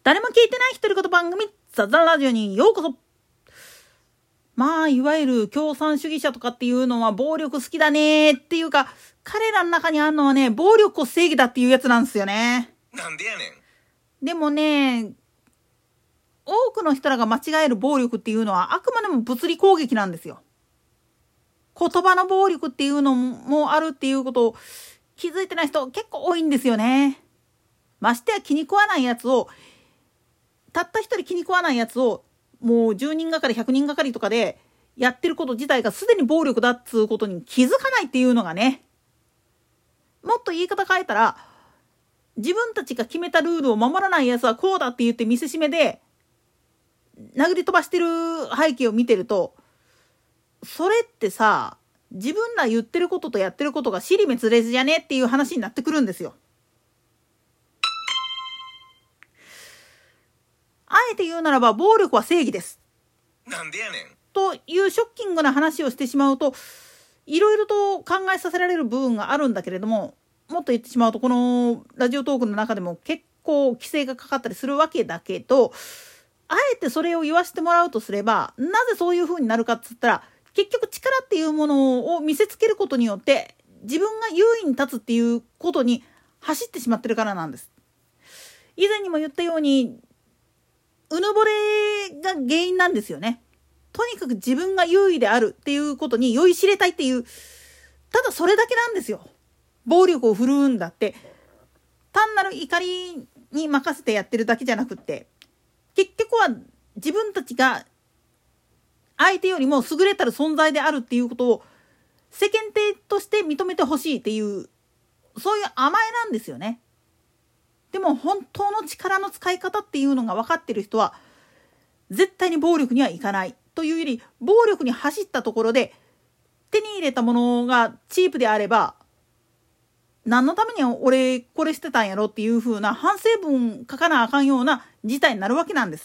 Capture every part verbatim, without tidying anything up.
誰も聞いてない独り言番組ザザラジオにようこそ。まあいわゆる共産主義者とかっていうのは暴力好きだねっていうか、彼らの中にあるのはね、暴力こそ正義だっていうやつなんですよね。 なんでやねん。 でもね、多くの人らが間違える暴力っていうのはあくまでも物理攻撃なんですよ。言葉の暴力っていうのもあるっていうことを気づいてない人結構多いんですよね。ましてや気に食わないやつをたった一人気に食わないやつをもうじゅうにんがかりひゃくにんがかりとかでやってること自体がすでに暴力だっつうことに気づかないっていうのがね、もっと言い方変えたら、自分たちが決めたルールを守らないやつはこうだって言って見せしめで殴り飛ばしてる背景を見てると、それってさ、自分ら言ってることとやってることが尻滅裂じゃねっていう話になってくるんですよ。あえて言うならば暴力は正義です。 なんでやねん。 というショッキングな話をしてしまうと、いろいろと考えさせられる部分があるんだけれども、もっと言ってしまうとこのラジオトークの中でも結構規制がかかったりするわけだけど、あえてそれを言わせてもらうとすれば、なぜそういう風になるかっつったら、結局力っていうものを見せつけることによって自分が優位に立つっていうことに走ってしまってるからなんです。以前にも言ったように、うぬぼれが原因なんですよね。とにかく自分が優位であるっていうことに酔いしれたいっていう、ただそれだけなんですよ。暴力を振るうんだって単なる怒りに任せてやってるだけじゃなくって、結局は自分たちが相手よりも優れたる存在であるっていうことを世間体として認めてほしいっていう、そういう甘えなんですよね。でも本当の力の使い方っていうのが分かってる人は絶対に暴力にはいかないというより、暴力に走ったところで手に入れたものがチープであれば、何のために俺これしてたんやろっていう風な反省文書かなあかんような事態になるわけなんです。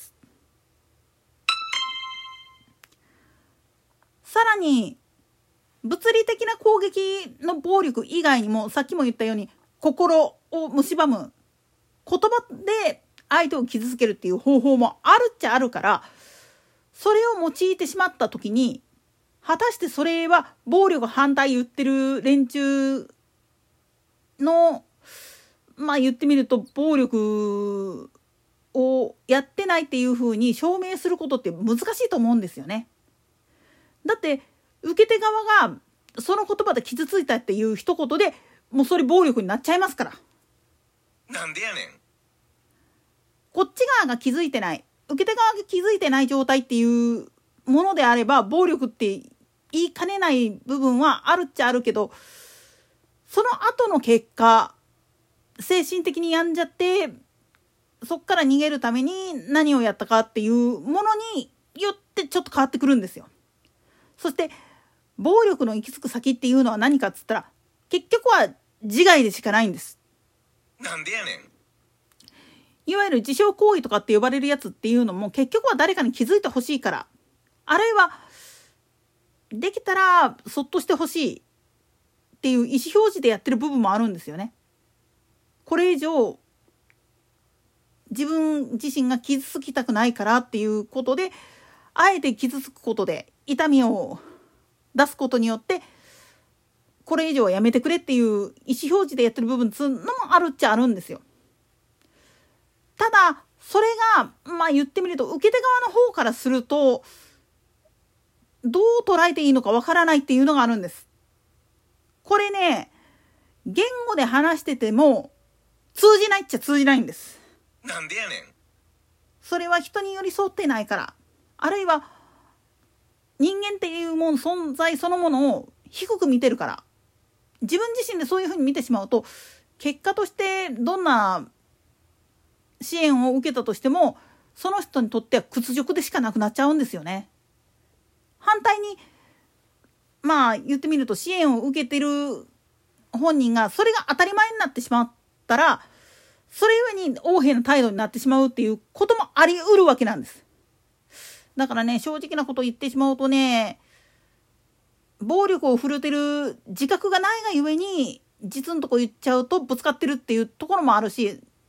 さらに物理的な攻撃の暴力以外にも、さっきも言ったように心を蝕む言葉で相手を傷つけるっていう方法もあるっちゃあるから、それを用いてしまった時に果たしてそれは暴力反対言ってる連中の、まあ言ってみると暴力をやってないっていう風に証明することって難しいと思うんですよね。だって受け手側がその言葉で傷ついたっていう一言でもうそれ暴力になっちゃいますから。 なんでやねん。 こっち側が気づいてない、受け手側が気づいてない状態っていうものであれば暴力って言いかねない部分はあるっちゃあるけど、その後の結果精神的に病んじゃってそっから逃げるために何をやったかっていうものによってちょっと変わってくるんですよ。そして暴力の行き着く先っていうのは何かっつったら、結局は自害でしかないんです。 なんでやねん。 いわゆる自傷行為とかって呼ばれるやつっていうのも結局は誰かに気づいてほしいから、あるいはできたらそっとしてほしいっていう意思表示でやってる部分もあるんですよね。これ以上自分自身が傷つきたくないからっていうことで、あえて傷つくことで痛みを出すことによってこれ以上はやめてくれっていう意思表示でやってる部分つうのもあるっちゃあるんですよ。ただそれがまあ言ってみると受け手側の方からするとどう捉えていいのかわからないっていうのがあるんです。これね、言語で話してても通じないっちゃ通じないんです。 なんでやねん。 それは人に寄り添ってないから、あるいは人間っていうもの存在そのものを低く見てるから、自分自身でそういうふうに見てしまうと結果としてどんな支援を受けたとしてもその人にとっては屈辱でしかなくなっちゃうんですよね。反対にまあ言ってみると支援を受けてる本人がそれが当たり前になってしまったら、それゆえに横柄な態度になってしまうっていうこともあり得るわけなんです。だからね、正直なことを言ってしまうとね、暴力を振るってる自覚がないがゆえに実のとこ言っちゃうとぶつかってるっていうところもあるし、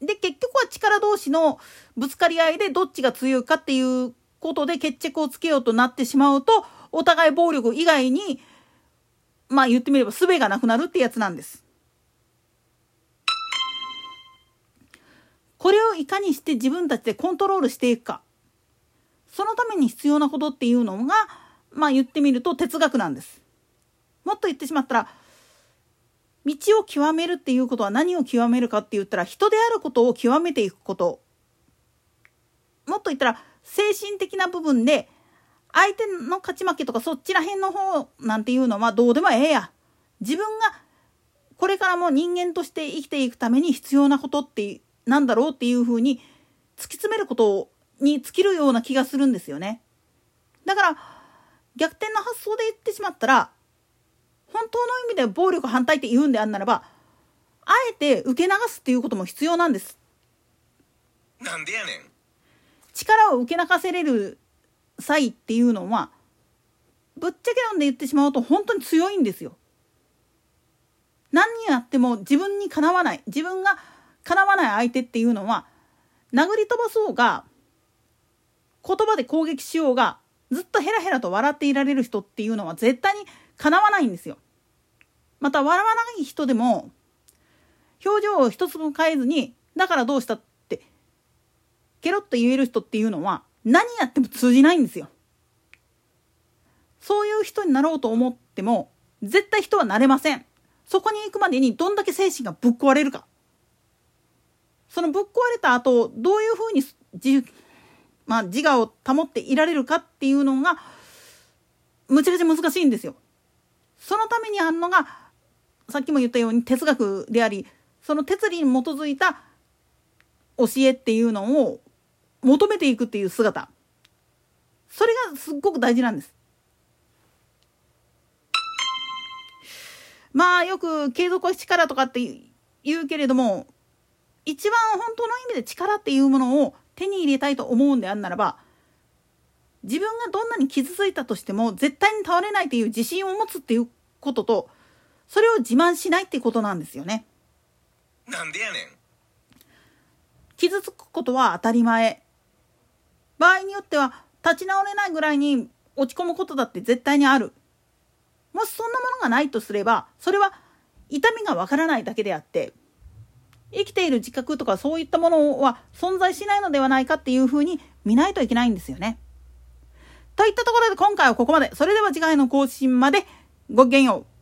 で結局は力同士のぶつかり合いでどっちが強いかっていうことで決着をつけようとなってしまうと、お互い暴力以外にまあ言ってみれば術がなくなるってやつなんです。これをいかにして自分たちでコントロールしていくか、そのために必要なことっていうのがまあ言ってみると哲学なんです。もっと言ってしまったら、道を極めるっていうことは何を極めるかって言ったら、人であることを極めていくこと。もっと言ったら精神的な部分で相手の勝ち負けとかそっちら辺の方なんていうのはどうでもええや。自分がこれからも人間として生きていくために必要なことってなんだろうっていうふうに突き詰めることに尽きるような気がするんですよね。だから逆転の発想で言ってしまったら、本当の意味で暴力反対って言うんであんならば、あえて受け流すっていうことも必要なんです。 なんでやねん。 力を受け流せれる際っていうのは、ぶっちゃけなんで言ってしまうと本当に強いんですよ。何にやっても自分にかなわない、自分がかなわない相手っていうのは、殴り飛ばそうが言葉で攻撃しようがずっとヘラヘラと笑っていられる人っていうのは絶対にかなわないんですよ。また笑わない人でも表情を一つも変えずに、だからどうしたってケロッと言える人っていうのは何やっても通じないんですよ。そういう人になろうと思っても絶対人はなれません。そこに行くまでにどんだけ精神がぶっ壊れるか、そのぶっ壊れた後どういうふうに自,、まあ、自我を保っていられるかっていうのがむちゃくちゃ難しいんですよ。そのためにあるのがさっきも言ったように哲学であり、その哲理に基づいた教えっていうのを求めていくっていう姿、それがすっごく大事なんです。まあよく継続は力とかって言うけれども、一番本当の意味で力っていうものを手に入れたいと思うんであんならば、自分がどんなに傷ついたとしても絶対に倒れないっていう自信を持つっていうことと、それを自慢しないってことなんですよね。 なんでやねん。 傷つくことは当たり前。場合によっては立ち直れないぐらいに落ち込むことだって絶対にある。もしそんなものがないとすれば、それは痛みがわからないだけであって、生きている自覚とかそういったものは存在しないのではないかっていうふうに見ないといけないんですよね。といったところで今回はここまで。それでは次回の更新までごきげんよう。